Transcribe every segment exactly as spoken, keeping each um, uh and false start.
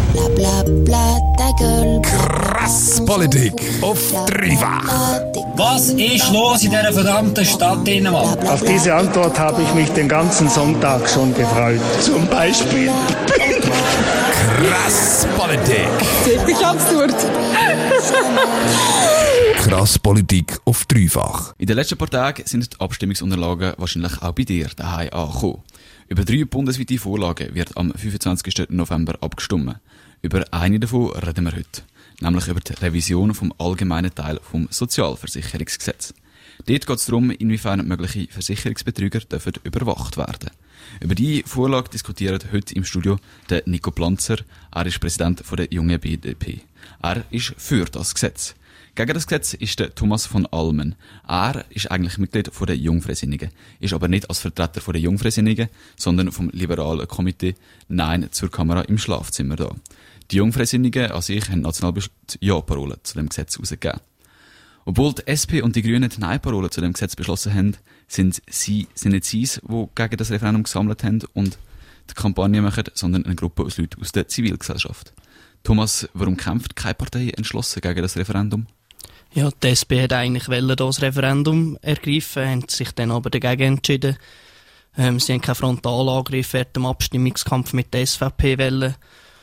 Bla bla bla, ta gueule. Krass Politik auf dreifach. Was ist los in dieser verdammten Stadt, Mann? Auf diese Antwort habe ich mich den ganzen Sonntag schon gefreut. Zum Beispiel. Krass Politik. Wirklich absurd. Krass Politik auf dreifach. In den letzten paar Tagen sind die Abstimmungsunterlagen wahrscheinlich auch bei dir daheim angekommen. Über drei bundesweite Vorlagen wird am fünfundzwanzigsten November abgestimmt. Über eine davon reden wir heute. Nämlich über die Revision vom allgemeinen Teil vom Sozialversicherungsgesetz. Dort geht es darum, inwiefern mögliche Versicherungsbetrüger dürfen überwacht werden. Über die Vorlage diskutiert heute im Studio der Nico Planzer. Er ist Präsident der jungen B D P. Er ist für das Gesetz. Gegen das Gesetz ist der Thomas von Almen. Er ist eigentlich Mitglied der Jungfreisinnigen, ist aber nicht als Vertreter der Jungfreisinnigen, sondern vom liberalen Komitee Nein zur Kamera im Schlafzimmer da. Die Jungfreisinnigen an sich haben nationalbewusst Ja-Parole zu dem Gesetz herausgegeben. Obwohl die S P und die Grünen die Nein-Parole zu dem Gesetz beschlossen haben, sind sie sind nicht sie, die gegen das Referendum gesammelt haben und die Kampagne machen, sondern eine Gruppe aus Leuten aus der Zivilgesellschaft. Thomas, warum kämpft keine Partei entschlossen gegen das Referendum? Ja, die S P hat eigentlich wollen, das Referendum ergreifen, haben sich dann aber dagegen entschieden. Ähm, sie haben keinen Frontalangriff während dem Abstimmungskampf mit der S V P wollen.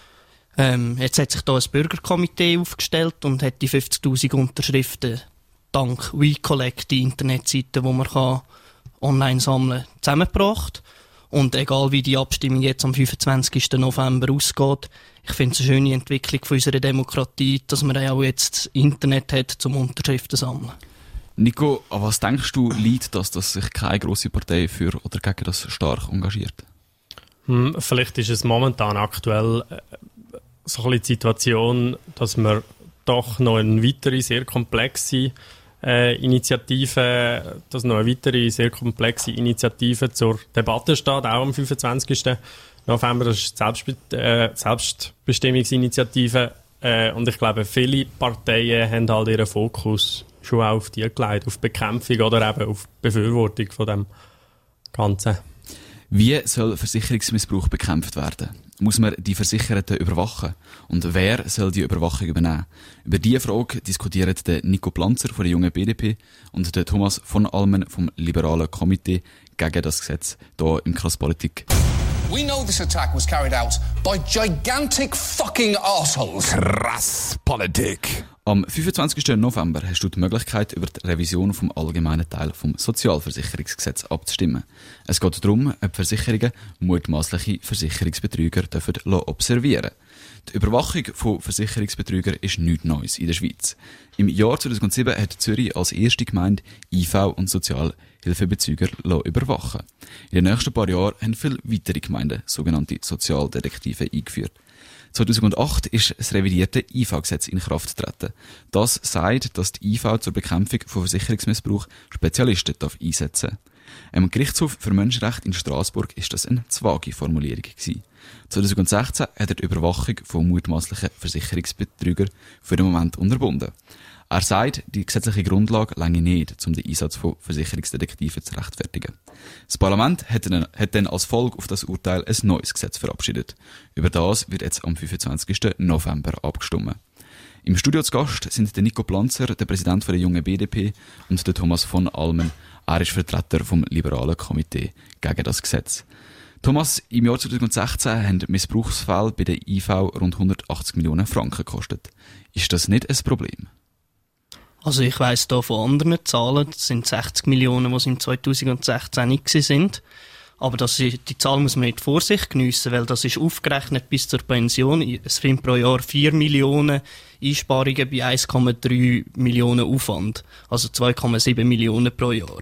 Ähm, jetzt hat sich da ein Bürgerkomitee aufgestellt und hat die fünfzigtausend Unterschriften dank WeCollect, die Internetseite, wo man kann online sammeln kann, zusammengebracht. Und egal wie die Abstimmung jetzt am fünfundzwanzigsten November ausgeht, ich finde es eine schöne Entwicklung von unserer Demokratie, dass man auch jetzt das Internet hat, zum Unterschriften sammeln. Nico, an was denkst du, liegt das, dass sich keine grosse Partei für oder gegen das stark engagiert? Hm, vielleicht ist es momentan aktuell äh, so ein bisschen die Situation, dass wir doch noch eine weitere, sehr komplexe äh, Initiative, dass noch eine weitere, sehr komplexe Initiative zur Debatte steht, auch am fünfundzwanzigsten November. Das ist die Selbstbe- äh, Selbstbestimmungsinitiative. Äh, und ich glaube, viele Parteien haben halt ihren Fokus schon auch auf die gelegt, auf Bekämpfung oder eben auf Befürwortung von dem Ganzen. Wie soll Versicherungsmissbrauch bekämpft werden? Muss man die Versicherten überwachen? Und wer soll die Überwachung übernehmen? Über diese Frage diskutieren der Nico Planzer von der jungen B D P und der Thomas von Almen vom liberalen Komitee gegen das Gesetz hier im Krass Politik. We know this attack was carried out by gigantic fucking assholes. Krass Politik. Am fünfundzwanzigsten November hast du die Möglichkeit, über die Revision vom allgemeinen Teil vom Sozialversicherungsgesetz abzustimmen. Es geht darum, ob Versicherungen mutmaßliche Versicherungsbetrüger dürfen observieren. Die Überwachung von Versicherungsbetrügern ist nichts Neues in der Schweiz. Im Jahr zweitausendsieben hat Zürich als erste Gemeinde I V und Sozialhilfebezüger überwachen. In den nächsten paar Jahren haben viele weitere Gemeinden sogenannte Sozialdetektive eingeführt. zweitausendacht ist das revidierte I V-Gesetz in Kraft getreten. Das sagt, dass die I V zur Bekämpfung von Versicherungsmissbrauch Spezialisten einsetzen darf. Im Gerichtshof für Menschenrechte in Straßburg ist das eine zu vage Formulierung gewesen. zweitausendsechzehn hat er die Überwachung von mutmaßlichen Versicherungsbetrügern für den Moment unterbunden. Er sagt, die gesetzliche Grundlage reiche nicht, um den Einsatz von Versicherungsdetektiven zu rechtfertigen. Das Parlament hat dann, hat dann als Folge auf das Urteil ein neues Gesetz verabschiedet. Über das wird jetzt am fünfundzwanzigsten November abgestimmt. Im Studio zu Gast sind der Nico Planzer, der Präsident der jungen B D P, und der Thomas von Almen. Er ist Vertreter vom liberalen Komitee gegen das Gesetz. Thomas, im Jahr zweitausendsechzehn haben Missbrauchsfälle bei der I V rund hundertachtzig Millionen Franken gekostet. Ist das nicht ein Problem? Also ich weiss da von anderen Zahlen, das sind sechzig Millionen, die es im zweitausendsechzehn nicht sind. Aber das ist, die Zahl muss man mit Vorsicht geniessen, weil das ist aufgerechnet bis zur Pension. Es sind pro Jahr vier Millionen Einsparungen bei eins Komma drei Millionen Aufwand. Also zwei Komma sieben Millionen pro Jahr.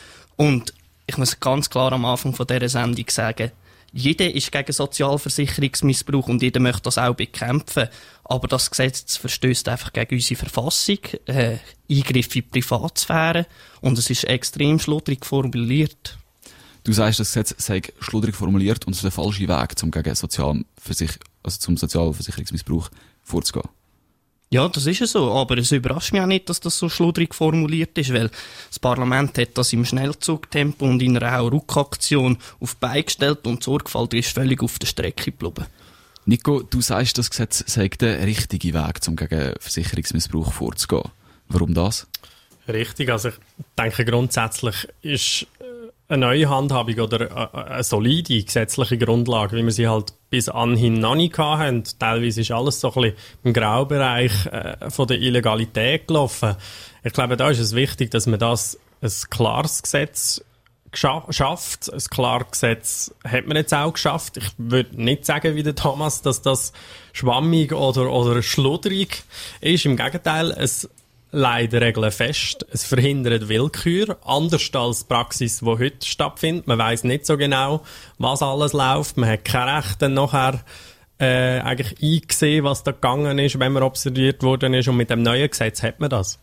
Und ich muss ganz klar am Anfang von dieser Sendung sagen, jeder ist gegen Sozialversicherungsmissbrauch und jeder möchte das auch bekämpfen. Aber das Gesetz verstößt einfach gegen unsere Verfassung, äh, Eingriff in die Privatsphäre und es ist extrem schludrig formuliert. Du sagst, das Gesetz sei schludrig formuliert und es ist der falsche Weg, um gegen Sozialversich- also zum Sozialversicherungsmissbrauch vorzugehen. Ja, das ist ja so, aber es überrascht mich auch nicht, dass das so schludrig formuliert ist, weil das Parlament hat das im Schnellzugtempo und in einer Hauruck-Aktion auf die Beine gestellt und die Sorgfalt ist völlig auf der Strecke geblieben. Nico, du sagst, das Gesetz sei der richtige Weg, um gegen Versicherungsmissbrauch vorzugehen. Warum das? Richtig, also ich denke grundsätzlich ist eine neue Handhabung oder eine solide gesetzliche Grundlage, wie wir sie halt bis anhin noch nicht hatten. Teilweise ist alles so ein bisschen im Graubereich äh, von der Illegalität gelaufen. Ich glaube, da ist es wichtig, dass man das ein klares Gesetz schafft. Ein klares Gesetz hat man jetzt auch geschafft. Ich würde nicht sagen, wie der Thomas, dass das schwammig oder, oder schludrig ist. Im Gegenteil, es leider Regeln fest. Es verhindert Willkür, anders als die Praxis, die heute stattfindet. Man weiss nicht so genau, was alles läuft. Man hat kein Recht dann nachher äh, eigentlich eingesehen, was da gegangen ist, wenn man observiert worden ist. Und mit dem neuen Gesetz hat man das.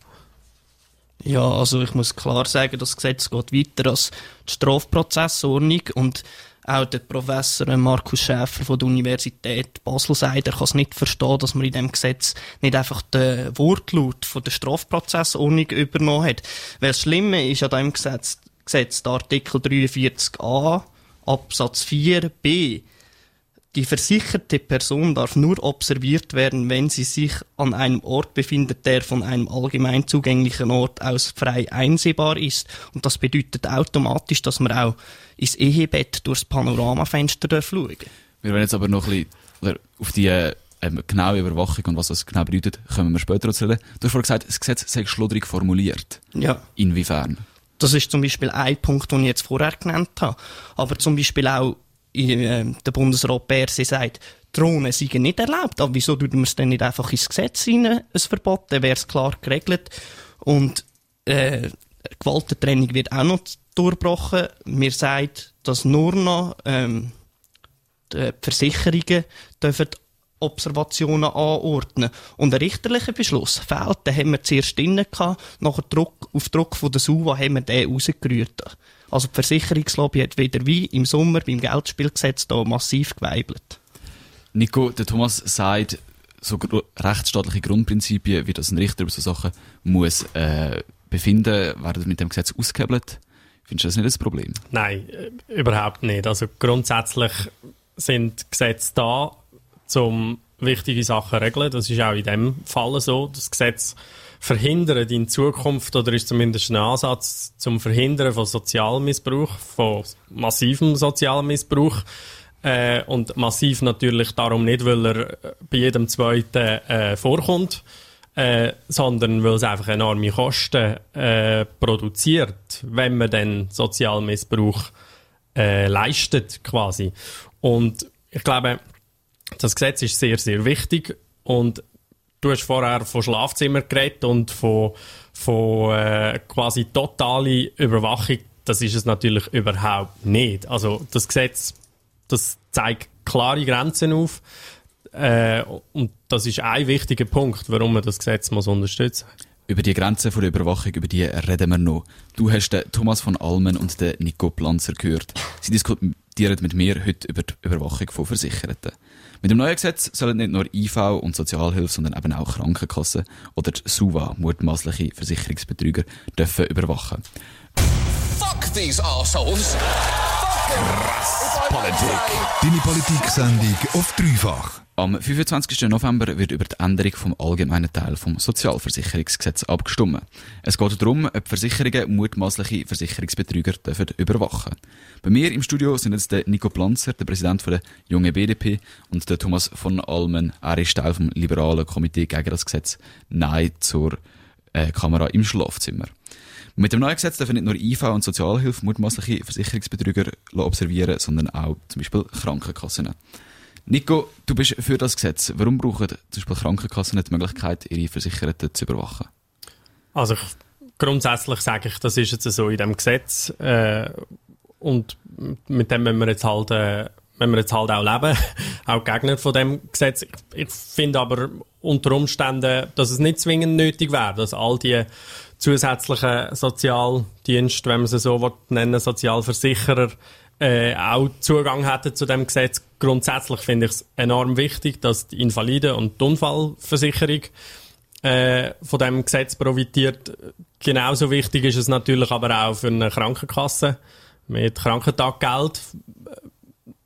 Ja, also ich muss klar sagen, das Gesetz geht weiter als die Strafprozessordnung und auch der Professor Markus Schäfer von der Universität Basel sagt, er kann es nicht verstehen, dass man in diesem Gesetz nicht einfach den Wortlaut von der Strafprozessordnung übernommen hat. Weil das Schlimme ist an diesem Gesetz, Gesetz der Artikel dreiundvierzig a Absatz vier b. Die versicherte Person darf nur observiert werden, wenn sie sich an einem Ort befindet, der von einem allgemein zugänglichen Ort aus frei einsehbar ist. Und das bedeutet automatisch, dass man auch ins Ehebett durchs Panoramafenster schauen darf. Wir werden jetzt aber noch ein bisschen auf die äh, genaue Überwachung und was das genau bedeutet, kommen wir später erzählen. Du hast vorhin gesagt, das Gesetz sei schludrig formuliert. Ja. Inwiefern? Das ist zum Beispiel ein Punkt, den ich jetzt vorher genannt habe. Aber zum Beispiel auch äh, der Bundesrat Berset sagt, Drohnen seien nicht erlaubt. Aber wieso tun wir es denn nicht einfach ins Gesetz hinein, ein Verbot? Dann wäre es klar geregelt. Und äh, Gewaltentrennung wird auch noch durchbrochen. Mir sagt, dass nur noch ähm, die Versicherungen dürfen Observationen anordnen. Und ein richterlicher Beschluss fehlt, den haben wir zuerst drin gehabt, nachher Druck, auf Druck von der S U V A haben wir den rausgerührt. Also die Versicherungslobby hat wieder wie im Sommer beim Geldspielgesetz da massiv geweibelt. Nico, der Thomas sagt, so gr- rechtsstaatliche Grundprinzipien, wie das ein Richter über so Sachen muss äh, befinden, werden mit dem Gesetz ausgehebelt. Findest du das nicht das Problem? Nein, äh, überhaupt nicht. Also grundsätzlich sind Gesetze da, um wichtige Sachen zu regeln. Das ist auch in dem Fall so. Das Gesetz verhindert in Zukunft, oder ist zumindest ein Ansatz zum Verhindern von Sozialmissbrauch, von massivem Sozialmissbrauch. Äh, und massiv natürlich darum nicht, weil er bei jedem Zweiten äh, vorkommt, äh, sondern weil es einfach enorme Kosten äh, produziert, wenn man dann Sozialmissbrauch äh, leistet, quasi. Und ich glaube, das Gesetz ist sehr, sehr wichtig. Und du hast vorher von Schlafzimmer geredet und von, von äh, quasi totale Überwachung. Das ist es natürlich überhaupt nicht. Also das Gesetz, das zeigt klare Grenzen auf. Äh, und das ist ein wichtiger Punkt, warum man das Gesetz muss unterstützen muss. Über die Grenzen der Überwachung, über die reden wir noch. Du hast den Thomas von Almen und den Nico Planzer gehört. Sie diskutieren mit mir heute über die Überwachung von Versicherten. Mit dem neuen Gesetz sollen nicht nur I V und Sozialhilfe, sondern eben auch Krankenkassen oder die S U V A, mutmaßliche Versicherungsbetrüger, dürfen überwachen. Fuck these arseholes! Krass Politik. Deine Politik-Sendung auf dreifach. Am fünfundzwanzigsten November wird über die Änderung vom allgemeinen Teil vom Sozialversicherungsgesetz abgestimmt. Es geht darum, ob Versicherungen mutmaßliche Versicherungsbetrüger dürfen überwachen. Bei mir im Studio sind jetzt der Nico Planzer, der Präsident der jungen B D P, und der Thomas von Almen, er ist Teil vom liberalen Komitee gegen das Gesetz Nein zur äh, Kamera im Schlafzimmer. Mit dem neuen Gesetz dürfen nicht nur I V und Sozialhilfe mutmaßliche Versicherungsbetrüger observieren, sondern auch zum Beispiel Krankenkassen. Nico, du bist für das Gesetz. Warum brauchen zum Beispiel Krankenkassen die Möglichkeit, ihre Versicherten zu überwachen? Also ich, grundsätzlich sage ich, das ist jetzt so in dem Gesetz. Äh, und mit dem müssen wir jetzt halt, äh, müssen wir jetzt halt auch leben. Auch Gegner von dem Gesetz. Ich, ich finde aber unter Umständen, dass es nicht zwingend nötig wäre, dass all die zusätzlichen Sozialdienste, wenn man sie so nennen, Sozialversicherer, äh, auch Zugang hätten zu dem Gesetz. Grundsätzlich finde ich es enorm wichtig, dass die Invaliden- und die Unfallversicherung äh, von dem Gesetz profitiert. Genauso wichtig ist es natürlich aber auch für eine Krankenkasse mit Krankentaggeld.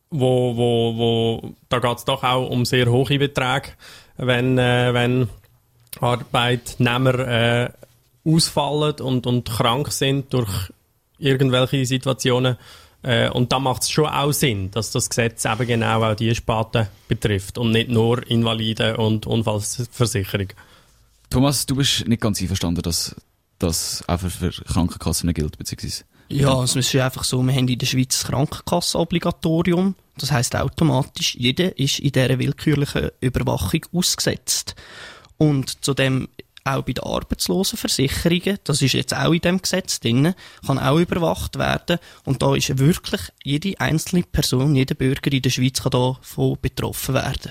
wo, wo, wo, da geht es doch auch um sehr hohe Beträge, wenn, äh, wenn Arbeitnehmer äh, ausfallen und, und krank sind durch irgendwelche Situationen. Äh, und da macht es schon auch Sinn, dass das Gesetz eben genau auch diese Sparte betrifft und nicht nur Invaliden- und Unfallversicherung. Thomas, du bist nicht ganz einverstanden, dass das einfach für Krankenkassen gilt, beziehungsweise... Ja, also es ist einfach so, wir haben in der Schweiz das Krankenkassenobligatorium. Das heisst automatisch, jeder ist in dieser willkürlichen Überwachung ausgesetzt. Und zudem auch bei den Arbeitslosenversicherungen, das ist jetzt auch in dem Gesetz drin, kann auch überwacht werden. Und da ist wirklich jede einzelne Person, jeder Bürger in der Schweiz kann davon betroffen werden.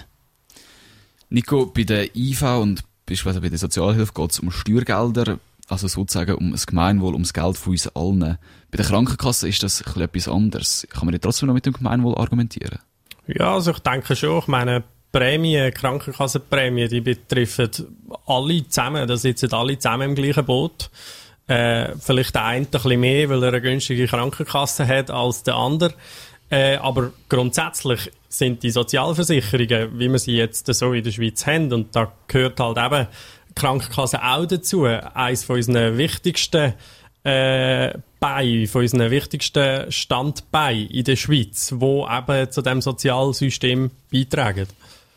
Nico, bei der I V und beispielsweise bei der Sozialhilfe geht es um Steuergelder, also sozusagen um das Gemeinwohl, um das Geld von uns allen. Bei der Krankenkasse ist das ein etwas anderes. Kann man nicht trotzdem noch mit dem Gemeinwohl argumentieren? Ja, also ich denke schon. Ich meine, Prämien, Krankenkassenprämien, die betreffen alle zusammen. Da sitzen alle zusammen im gleichen Boot. Äh, vielleicht der eine ein bisschen mehr, weil er eine günstige Krankenkasse hat als der andere. Äh, aber grundsätzlich sind die Sozialversicherungen, wie wir sie jetzt so in der Schweiz haben, und da gehört halt eben die Krankenkasse auch dazu, eines von unseren wichtigsten äh, Beinen, von unseren wichtigsten Standbeinen in der Schweiz, wo eben zu dem Sozialsystem beitragen.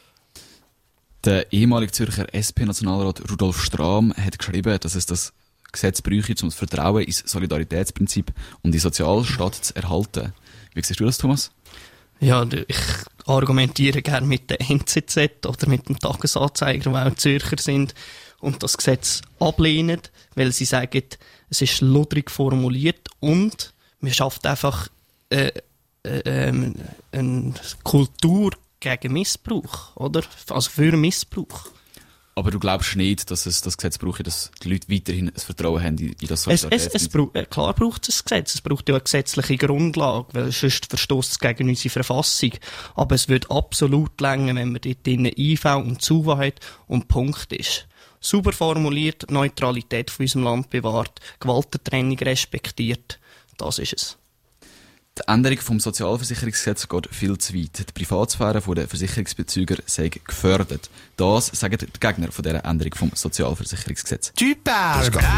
Der ehemalige Zürcher S P-Nationalrat Rudolf Strahm hat geschrieben, dass es das Gesetz bräuchte, um das Vertrauen ins Solidaritätsprinzip und die Sozialstaat zu erhalten. Wie siehst du das, Thomas? Ja, ich argumentiere gerne mit der N Z Z oder mit dem Tagesanzeiger, die auch Zürcher sind, und das Gesetz ablehnen, weil sie sagen, es ist ludrig formuliert und man schafft einfach äh, äh, äh, eine Kultur gegen Missbrauch, oder? Also für Missbrauch. Aber du glaubst nicht, dass es das Gesetz braucht, dass die Leute weiterhin ein Vertrauen haben in das Solidaritätsprinzip? Es, es, es braucht, klar braucht es ein Gesetz. Es braucht ja eine gesetzliche Grundlage, weil sonst verstößt es gegen unsere Verfassung. Aber es wird absolut länger, wenn man dort drinnen I V und Z U V hat und Punkt ist. Sauber formuliert, Neutralität von unserem Land bewahrt, Gewaltentrennung respektiert. Das ist es. Die Änderung vom Sozialversicherungsgesetz geht viel zu weit. Die Privatsphäre der Versicherungsbezüger sei gefördert. Das sagen die Gegner von dieser Änderung vom Sozialversicherungsgesetz. Das geht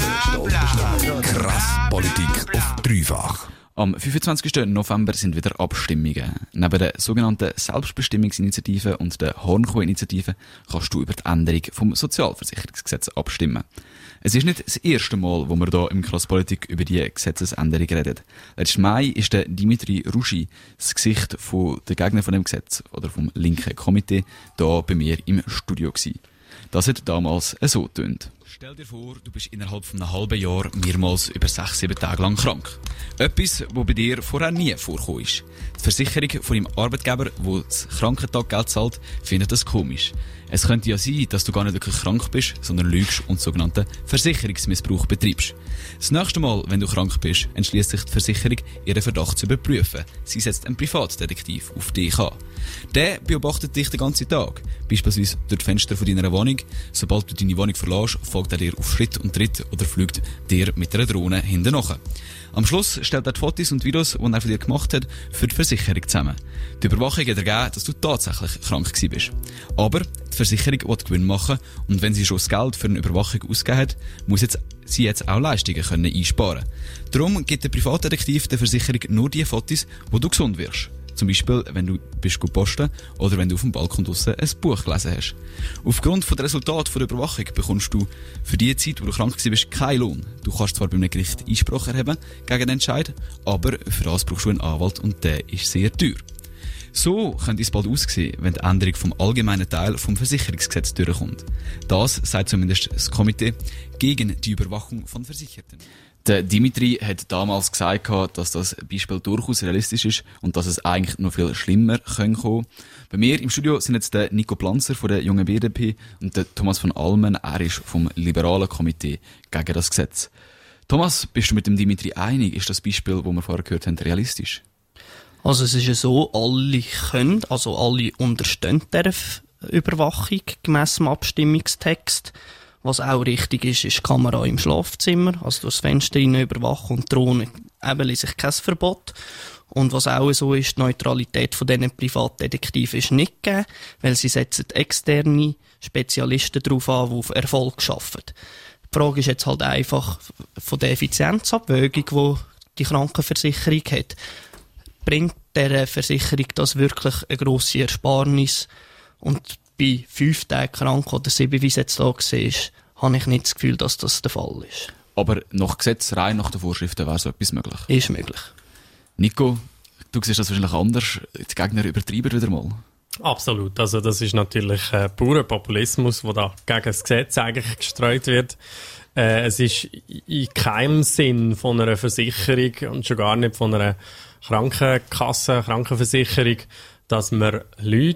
krass Politik auf dreifach. Am fünfundzwanzigsten November sind wieder Abstimmungen. Neben der sogenannten Selbstbestimmungsinitiative und der Hornkuh-Initiative kannst du über die Änderung vom Sozialversicherungsgesetz abstimmen. Es ist nicht das erste Mal, wo wir hier im Krasspolitik über die Gesetzesänderung reden. Letzten Mai ist der Dimitri Ruschi, das Gesicht von der Gegner von dem Gesetz oder vom linken Komitee, da bei mir im Studio gewesen. Das hat damals so getönt. Stell dir vor, du bist innerhalb von einem halben Jahr mehrmals über sechs, sieben Tage lang krank. Etwas, was bei dir vorher nie vorgekommen ist. Die Versicherung von deinem Arbeitgeber, der das Krankentaggeld zahlt, findet das komisch. Es könnte ja sein, dass du gar nicht wirklich krank bist, sondern lügst und sogenannten Versicherungsmissbrauch betreibst. Das nächste Mal, wenn du krank bist, entschließt sich die Versicherung, ihren Verdacht zu überprüfen. Sie setzt einen Privatdetektiv auf dich an. Der beobachtet dich den ganzen Tag, beispielsweise durch die Fenster von deiner Wohnung. Sobald du deine Wohnung verlässt, folgt er dir auf Schritt und Tritt oder fliegt dir mit einer Drohne hinten nach. Am Schluss stellt er die Fotos und Videos, die er von dir gemacht hat, für die Versicherung zusammen. Die Überwachung hat ergeben, dass du tatsächlich krank gewesen bist. Aber die Versicherung will Gewinn machen und wenn sie schon das Geld für eine Überwachung ausgegeben hat, muss jetzt, sie jetzt auch Leistungen können einsparen. Darum gibt der Privatdetektiv der Versicherung nur die Fotos, wo du gesund wirst. Zum Beispiel, wenn du bist posten oder wenn du auf dem Balkon draussen ein Buch gelesen hast. Aufgrund des Resultats der Überwachung bekommst du für die Zeit, wo du krank warst, keinen Lohn. Du kannst zwar bei einem Gericht Einspruch erheben gegen den Entscheid, aber für das brauchst du einen Anwalt und der ist sehr teuer. So könnte es bald aussehen, wenn die Änderung vom allgemeinen Teil vom Versicherungsgesetz durchkommt. Das sagt zumindest das Komitee gegen die Überwachung von Versicherten. Der Dimitri hat damals gesagt, dass das Beispiel durchaus realistisch ist und dass es eigentlich noch viel schlimmer kommen könnte. Bei mir im Studio sind jetzt der Nico Planzer von der jungen B D P und der Thomas von Almen, er ist vom liberalen Komitee gegen das Gesetz. Thomas, bist du mit dem Dimitri einig? Ist das Beispiel, das wir vorher gehört haben, realistisch? Also es ist ja so, alle können, also alle unterstehen der Überwachung gemäss dem Abstimmungstext. Was auch richtig ist, ist die Kamera im Schlafzimmer, also durch das Fenster rein überwachen und Drohnen eben sich kein Verbot. Und was auch so ist, die Neutralität von diesen Privatdetektiven ist nicht gegeben, weil sie setzen externe Spezialisten darauf an, die auf Erfolg arbeiten. Die Frage ist jetzt halt einfach von der Effizienzabwägung, die die Krankenversicherung hat. Bringt dieser Versicherung das wirklich eine grosse Ersparnis? Und bei fünf Tagen krank oder sieben, wie es jetzt da war, habe ich nicht das Gefühl, dass das der Fall ist. Aber nach Gesetz, rein nach den Vorschriften, wäre so etwas möglich? Ist möglich. Nico, du siehst das wahrscheinlich anders. Die Gegner übertreiben wieder mal. Absolut. Also das ist natürlich äh, purer Populismus, der da gegen das Gesetz eigentlich gestreut wird. Äh, es ist in keinem Sinn von einer Versicherung und schon gar nicht von einer Krankenkasse, Krankenversicherung, dass man Leute,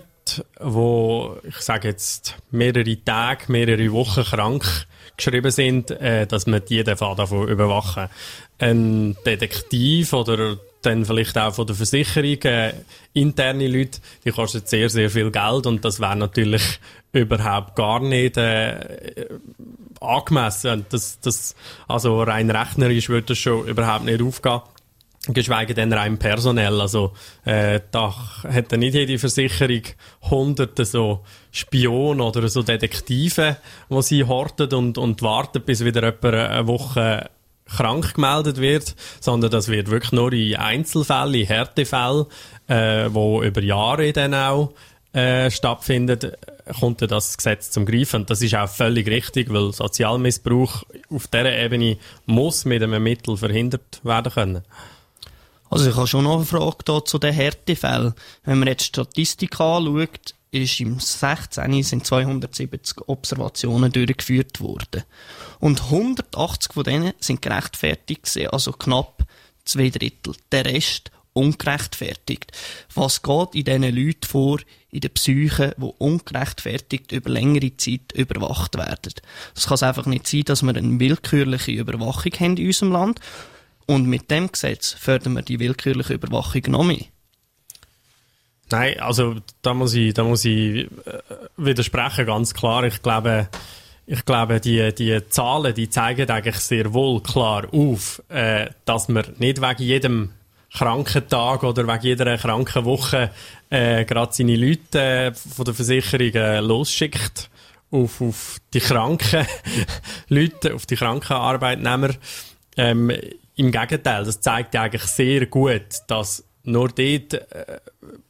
die, ich sage jetzt, mehrere Tage, mehrere Wochen krank geschrieben sind, äh, dass man die davon überwachen. Ein Detektiv oder dann vielleicht auch von der Versicherung, äh, interne Leute, die kosten sehr, sehr viel Geld und das wäre natürlich überhaupt gar nicht äh, angemessen. Das, das, also rein rechnerisch würde das schon überhaupt nicht aufgehen. Geschweige denn rein personell. Also, äh, da hat ja nicht jede Versicherung hunderte so Spionen oder so Detektive, die sie horten und, und warten, bis wieder jemand eine Woche krank gemeldet wird, sondern das wird wirklich nur in Einzelfällen, in Härtefällen, äh, wo über Jahre dann auch äh, stattfindet, kommt dann das Gesetz zum Greifen. Und das ist auch völlig richtig, weil Sozialmissbrauch auf dieser Ebene muss mit einem Mittel verhindert werden können. Also ich habe schon noch eine Frage da zu den Härtefällen. Wenn man jetzt die Statistik anschaut, ist im sechzehn sind zweihundertsiebzig Observationen durchgeführt worden. Und hundertachtzig von denen sind gerechtfertigt gewesen, also knapp zwei Drittel. Der Rest ungerechtfertigt. Was geht in diesen Leuten vor, in der Psyche, die ungerechtfertigt über längere Zeit überwacht werden? Es kann einfach nicht sein, dass wir eine willkürliche Überwachung haben in unserem Land. Und mit dem Gesetz fördern wir die willkürliche Überwachung noch mehr. Nein, also da muss ich, da muss ich äh, widersprechen, ganz klar. Ich glaube, ich glaube, die, die Zahlen, die zeigen eigentlich sehr wohl klar auf, äh, dass man nicht wegen jedem kranken Tag oder wegen jeder kranken Woche äh, gerade seine Leute äh, von der Versicherung äh, losschickt auf, auf die kranken Leute, auf die kranken Arbeitnehmer. Ähm, Im Gegenteil, das zeigt eigentlich sehr gut, dass nur dort äh,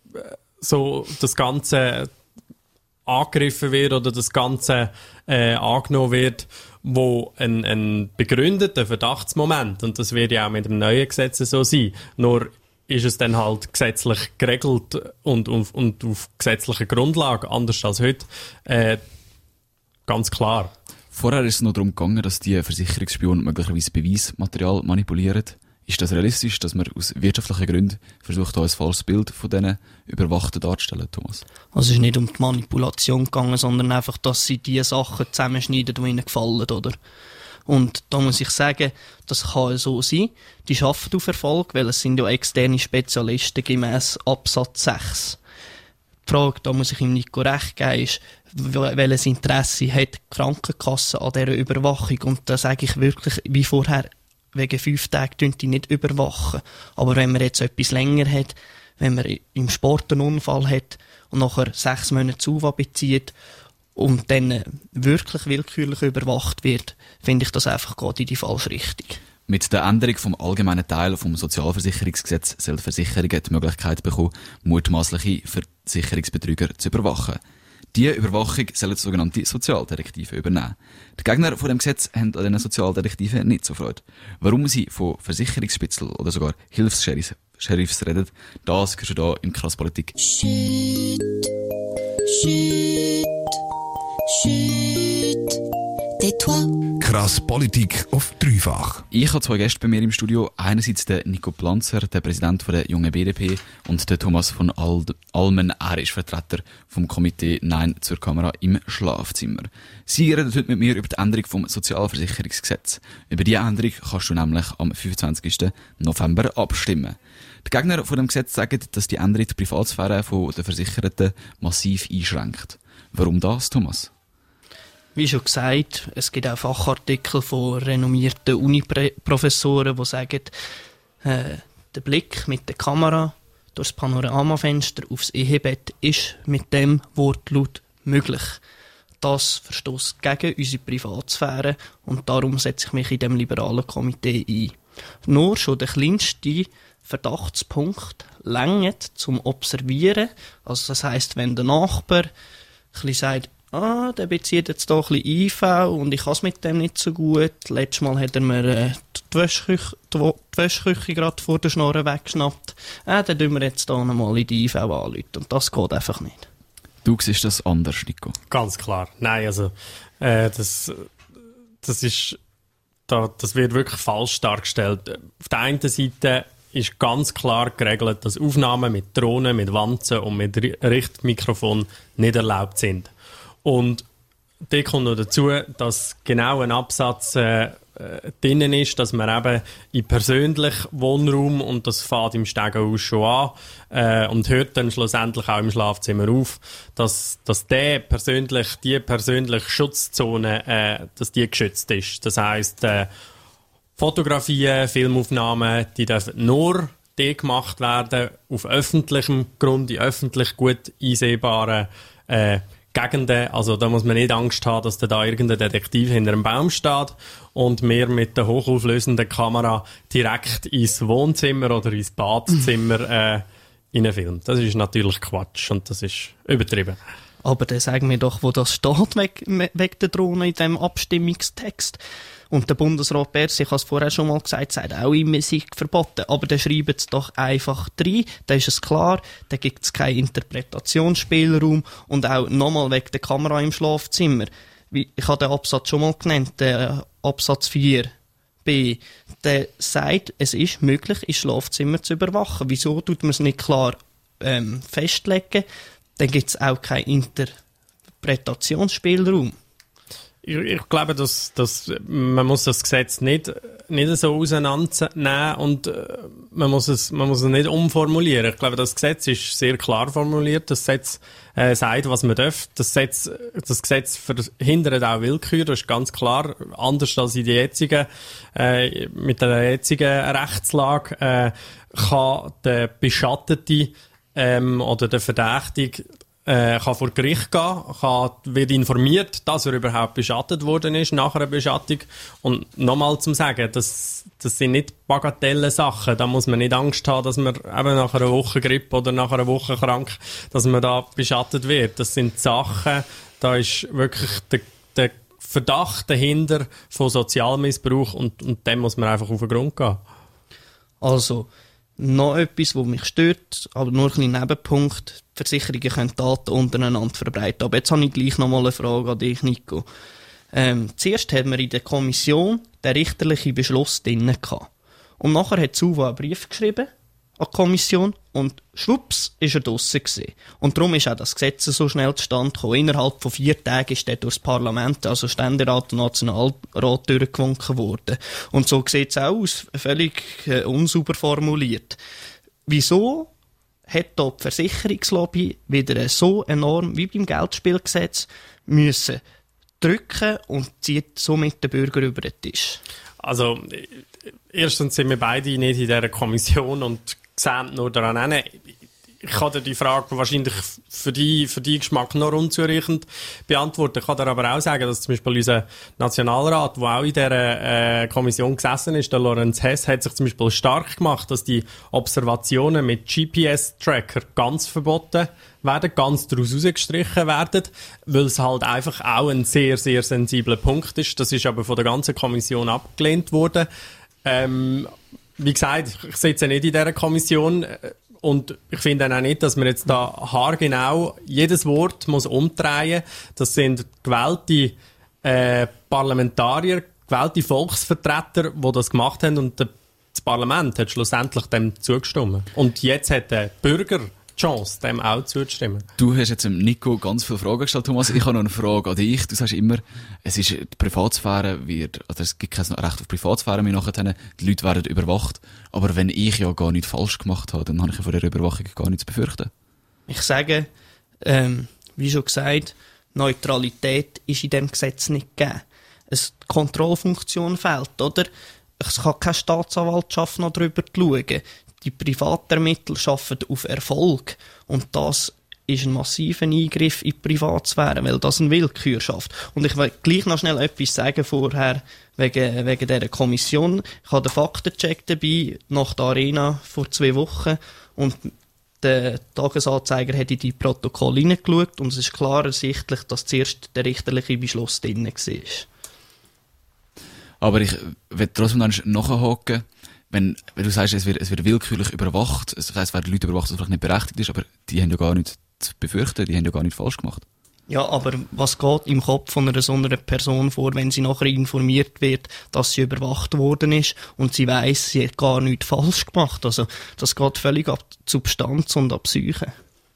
so das Ganze angegriffen wird oder das Ganze äh, angenommen wird, wo ein, ein begründeter Verdachtsmoment, und das wird ja auch mit dem neuen Gesetz so sein, nur ist es dann halt gesetzlich geregelt und, und, und auf gesetzlicher Grundlage, anders als heute, äh, ganz klar. Vorher ist es noch darum gegangen, dass die Versicherungsspione möglicherweise Beweismaterial manipulieren. Ist das realistisch, dass man aus wirtschaftlichen Gründen versucht, ein falsches Bild von diesen Überwachten darzustellen, Thomas? Also es ist nicht um die Manipulation gegangen, sondern einfach, dass sie die Sachen zusammenschneiden, die ihnen gefallen, oder? Und da muss ich sagen, das kann so sein. Die arbeiten auf Erfolg, weil es sind ja externe Spezialisten gemäss Absatz sechs. Die Frage, da muss ich ihm Nico recht geben, ist, welches Interesse hat die Krankenkasse an dieser Überwachung? Und da sage ich wirklich, wie vorher, wegen fünf Tagen die nicht überwachen. Aber wenn man jetzt etwas länger hat, wenn man im Sport einen Unfall hat und nachher sechs Monate Z U V A bezieht und dann wirklich willkürlich überwacht wird, finde ich das einfach gerade in die falsche Richtung. Mit der Änderung vom allgemeinen Teil vom Sozialversicherungsgesetz soll die Versicherung die Möglichkeit bekommen, mutmaßliche Versicherungsbetrüger zu überwachen. Diese Überwachung sollen sogenannte Sozialdetektive übernehmen. Die Gegner von dem Gesetz haben an diesen Sozialdetektiven nicht so Freude. Warum sie von Versicherungsspitzel oder sogar Hilfs-Sheriffs reden, das hörst du hier im Krasspolitik. Chut, chut, chut, tais-toi. Krasspolitik auf dreifach. Ich habe zwei Gäste bei mir im Studio. Einerseits der Nico Planzer, der Präsident der jungen B D P, und der Thomas von Al- Almen. Er ist Vertreter vom Komitee Nein zur Kamera im Schlafzimmer. Sie reden heute mit mir über die Änderung vom Sozialversicherungsgesetz. Über diese Änderung kannst du nämlich am fünfundzwanzigsten November abstimmen. Die Gegner von dem Gesetz sagen, dass die Änderung die Privatsphäre der Versicherten massiv einschränkt. Warum das, Thomas? Wie schon gesagt, es gibt auch Fachartikel von renommierten Uni-Professoren, die sagen, äh, der Blick mit der Kamera durchs Panoramafenster aufs Ehebett ist mit dem Wortlaut möglich. Das verstößt gegen unsere Privatsphäre und darum setze ich mich in dem liberalen Komitee ein. Nur schon der kleinste Verdachtspunkt reicht zum Observieren. Also das heisst, wenn der Nachbar ein bisschen sagt, ah, der bezieht jetzt hier ein bisschen I V und ich kann es mit dem nicht so gut. Letztes Mal hat er mir äh, die Wäschküche, die, die Wäschküche gerade vor der Schnorre weggeschnappt. Äh, dann tun wir jetzt hier nochmal in die I V anrufen. Und das geht einfach nicht. Du siehst das anders, Nico? Ganz klar. Nein, also äh, das, das ist da, das wird wirklich falsch dargestellt. Auf der einen Seite ist ganz klar geregelt, dass Aufnahmen mit Drohnen, mit Wanzen und mit Richtmikrofon nicht erlaubt sind. Und da kommt noch dazu, dass genau ein Absatz äh, drin ist, dass man eben im persönlichen Wohnraum, und das fängt im Stegenhaus schon an äh, und hört dann schlussendlich auch im Schlafzimmer auf, dass, dass der persönlich, die persönliche Schutzzone, äh, dass die geschützt ist. Das heisst, äh, Fotografien, Filmaufnahmen, die dürfen nur die gemacht werden auf öffentlichem Grund, in öffentlich gut einsehbaren äh, Gegenden. Also da muss man nicht Angst haben, dass da irgendein Detektiv hinter einem Baum steht und mir mit der hochauflösenden Kamera direkt ins Wohnzimmer oder ins Badzimmer äh, reinfilmt. Das ist natürlich Quatsch und das ist übertrieben. Aber dann sagen wir doch, wo das steht, wegen weg der Drohne in diesem Abstimmungstext. Und der Bundesrat Berse, ich habe es vorher schon mal gesagt, sagt auch immer, es sei verboten. Aber dann schreiben es doch einfach rein, dann ist es klar, dann gibt es keinen Interpretationsspielraum und auch nochmal wegen der Kamera im Schlafzimmer. Ich habe den Absatz schon mal genannt, den Absatz vier b. Der sagt, es ist möglich, ins Schlafzimmer zu überwachen. Wieso tut man es nicht klar ähm, festlegen? Dann gibt es auch keinen Interpretationsspielraum. Ich, ich glaube, dass, dass man muss das Gesetz nicht, nicht so auseinandernehmen und äh, man muss es, man muss es nicht umformulieren. Ich glaube, das Gesetz ist sehr klar formuliert. Das Gesetz äh, sagt, was man darf. Das Gesetz, das Gesetz verhindert auch Willkür. Das ist ganz klar. Anders als in der jetzigen, äh, mit der jetzigen Rechtslage äh, kann der Beschattete ähm, oder der Verdächtige Äh, kann vor Gericht gehen, kann, wird informiert, dass er überhaupt beschattet worden ist nach einer Beschattung. Und nochmal zum Sagen, das, das sind nicht bagatelle Sachen. Da muss man nicht Angst haben, dass man eben nach einer Woche Grippe oder nach einer Woche krank, dass man da beschattet wird. Das sind Sachen, da ist wirklich der, der Verdacht dahinter von Sozialmissbrauch und, und dem muss man einfach auf den Grund gehen. Also, noch etwas, was mich stört, aber nur ein kleiner Nebenpunkt. Die Versicherungen können Daten untereinander verbreiten. Aber jetzt habe ich gleich noch mal eine Frage an dich, Nico. Ähm, zuerst haben wir in der Kommission den richterlichen Beschluss drin gehabt. Und nachher hat Suva einen Brief geschrieben an die Kommission und schwupps ist er draussen gewesen. Und darum ist auch das Gesetz so schnell zustande gekommen. Innerhalb von vier Tagen ist er durchs Parlament, also Ständerat und Nationalrat, durchgewunken worden. Und so sieht es auch aus, völlig äh, unsauber formuliert. Wieso hat da die Versicherungslobby wieder so enorm wie beim Geldspielgesetz müssen drücken und zieht somit den Bürger über den Tisch? Also, erstens sind wir beide nicht in dieser Kommission und sehen nur daran hin. Ich kann dir die Frage wahrscheinlich für die, für die Geschmack noch unzureichend beantworten. Ich kann dir aber auch sagen, dass zum Beispiel unser Nationalrat, der auch in dieser äh, Kommission gesessen ist, der Lorenz Hess, hat sich zum Beispiel stark gemacht, dass die Observationen mit G P S-Tracker ganz verboten werden, ganz daraus rausgestrichen werden, weil es halt einfach auch ein sehr, sehr sensibler Punkt ist. Das ist aber von der ganzen Kommission abgelehnt worden. Ähm, wie gesagt, ich sitze nicht in dieser Kommission und ich finde auch nicht, dass man jetzt da haargenau jedes Wort muss umdrehen. Das sind gewählte äh, Parlamentarier, gewählte Volksvertreter, die das gemacht haben und das Parlament hat schlussendlich dem zugestimmt. Und jetzt hat der Bürger die Chance, dem auch zuzustimmen. Du hast jetzt dem Nico ganz viele Fragen gestellt, Thomas. Ich habe noch eine Frage an dich. Du sagst immer, es ist, die Privatsphäre wird, oder es gibt kein Recht auf Privatsphäre mehr nachher, die Leute werden überwacht. Aber wenn ich ja gar nichts falsch gemacht habe, dann habe ich ja vor der Überwachung gar nichts zu befürchten. Ich sage, ähm, wie schon gesagt, Neutralität ist in diesem Gesetz nicht gegeben. Eine Kontrollfunktion fehlt, oder? Es kann keine Staatsanwaltschaft noch drüber schauen. Die privaten Ermittler arbeiten auf Erfolg und das ist ein massiver Eingriff in die Privatsphäre, weil das eine Willkür schafft. Und ich will gleich noch schnell etwas sagen vorher wegen, wegen dieser Kommission. Ich habe den Faktencheck dabei nach der Arena vor zwei Wochen und der Tagesanzeiger hat in die Protokolle hineingeschaut und es ist klar ersichtlich, dass zuerst der richterliche Beschluss drin war. Aber ich will trotzdem noch nachhaken, wenn, wenn du sagst, es wird, es wird willkürlich überwacht, das heisst, es werden Leute überwacht, was vielleicht nicht berechtigt ist, aber die haben ja gar nichts zu befürchten, die haben ja gar nichts falsch gemacht. Ja, aber was geht im Kopf von einer so einer Person vor, wenn sie nachher informiert wird, dass sie überwacht worden ist und sie weiss, sie hat gar nichts falsch gemacht. Also das geht völlig ab Substanz und ab Psyche.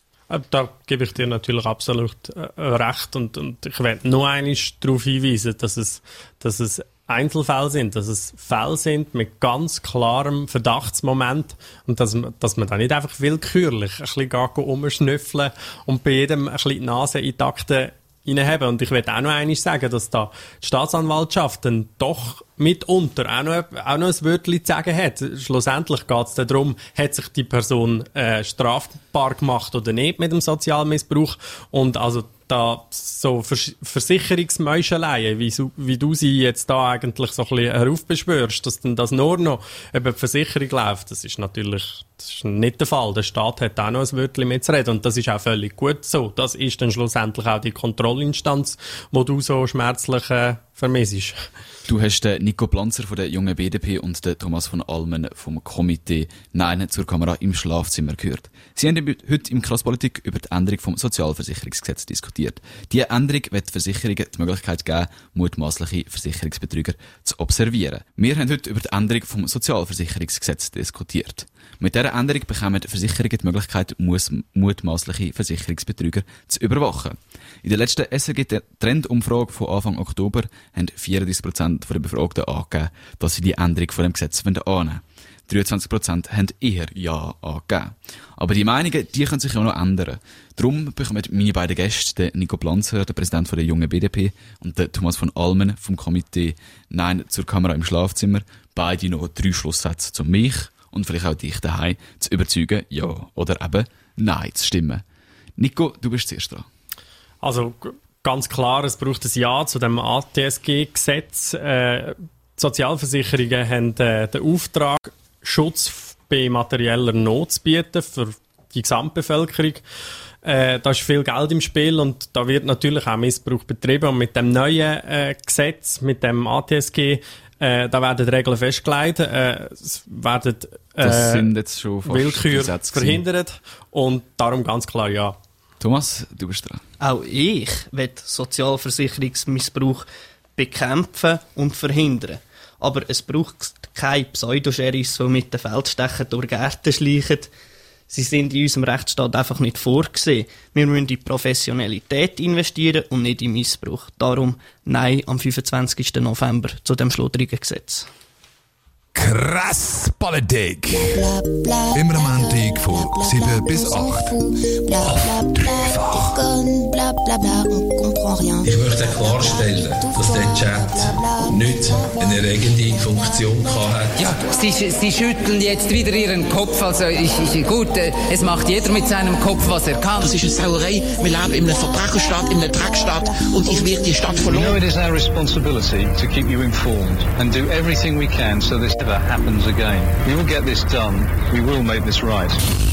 Da gebe ich dir natürlich absolut äh, recht und, und ich werde nur einmal darauf hinweisen, dass es, dass es Einzelfälle sind, dass es Fälle sind mit ganz klarem Verdachtsmoment und dass, dass man da nicht einfach willkürlich ein bisschen rumschnüffeln und bei jedem ein bisschen die Nase in die Akten reinhaben. Und ich will auch noch einmal sagen, dass da die Staatsanwaltschaft dann doch mitunter auch noch, auch noch ein Wörtchen zu sagen hat. Schlussendlich geht es darum, hat sich die Person äh, strafbar gemacht oder nicht mit dem Sozialmissbrauch und also da so Vers- Versicherungsmäuscheleien, wie, so, wie du sie jetzt da eigentlich so ein bisschen heraufbeschwörst, dass dann das nur noch über die Versicherung läuft, das ist natürlich das ist nicht der Fall. Der Staat hat auch noch ein Wörtchen mitzureden und das ist auch völlig gut so. Das ist dann schlussendlich auch die Kontrollinstanz, die du so schmerzlich äh, vermissest. Du hast den Nico Planzer von der jungen B D P und den Thomas von Almen vom Komitee Nein zur Kamera im Schlafzimmer gehört. Sie haben heute im Krasspolitik über die Änderung vom Sozialversicherungsgesetz diskutiert. Diese Änderung wird Versicherungen die Möglichkeit geben, mutmaßliche Versicherungsbetrüger zu observieren. Wir haben heute über die Änderung vom Sozialversicherungsgesetz diskutiert. Mit dieser Änderung bekommen Versicherungen die Möglichkeit, mutmaßliche Versicherungsbetrüger zu überwachen. In der letzten S R G-Trendumfrage von Anfang Oktober haben vierunddreißig Prozent der Befragten angegeben, dass sie die Änderung von dem Gesetz annehmen wollen. dreiundzwanzig Prozent haben eher Ja angegeben. Aber die Meinungen, die können sich auch noch ändern. Darum bekommen meine beiden Gäste, der Nico Planzer, der Präsident von der jungen B D P, und der Thomas von Almen vom Komitee Nein zur Kamera im Schlafzimmer, beide noch drei Schlusssätze zu mich und vielleicht auch dich daheim zu überzeugen, Ja oder eben Nein zu stimmen. Nico, du bist zuerst dran. Also ganz klar, es braucht ein Ja zu dem A T S G-Gesetz. Äh, die Sozialversicherungen haben äh, den Auftrag, Schutz bei materieller Not zu bieten für die Gesamtbevölkerung. Äh, da ist viel Geld im Spiel und da wird natürlich auch Missbrauch betrieben. Und mit dem neuen äh, Gesetz, mit dem A T S G, äh, da werden Regeln festgelegt. Äh, es werden äh, das sind jetzt schon fast Willkür verhindert und darum ganz klar Ja. Thomas, du bist dran. Auch ich will Sozialversicherungsmissbrauch bekämpfen und verhindern. Aber es braucht keine Pseudo-Sheriffs, die mit den Feldstechen durch Gärten schleichen. Sie sind in unserem Rechtsstaat einfach nicht vorgesehen. Wir müssen in Professionalität investieren und nicht in Missbrauch. Darum Nein am fünfundzwanzigsten November zu dem schludrigen Gesetz. Krasspolitik. Immer am Montag von sieben bis acht. Auf dreifach. Ich möchte klarstellen, dass der Chat nicht eine erregende Funktion hatte. Ja, Sie, Sie schütteln jetzt wieder Ihren Kopf. Also ich, ich, gut, es macht jeder mit seinem Kopf, was er kann. Das ist eine Sauerei. Wir leben in einem Verbrecherstaat, in einer Dreckstaat und ich werde die Stadt verloren. We know it is our responsibility to keep you informed and do everything we can so this never happens again. We will get this done. We will make this right.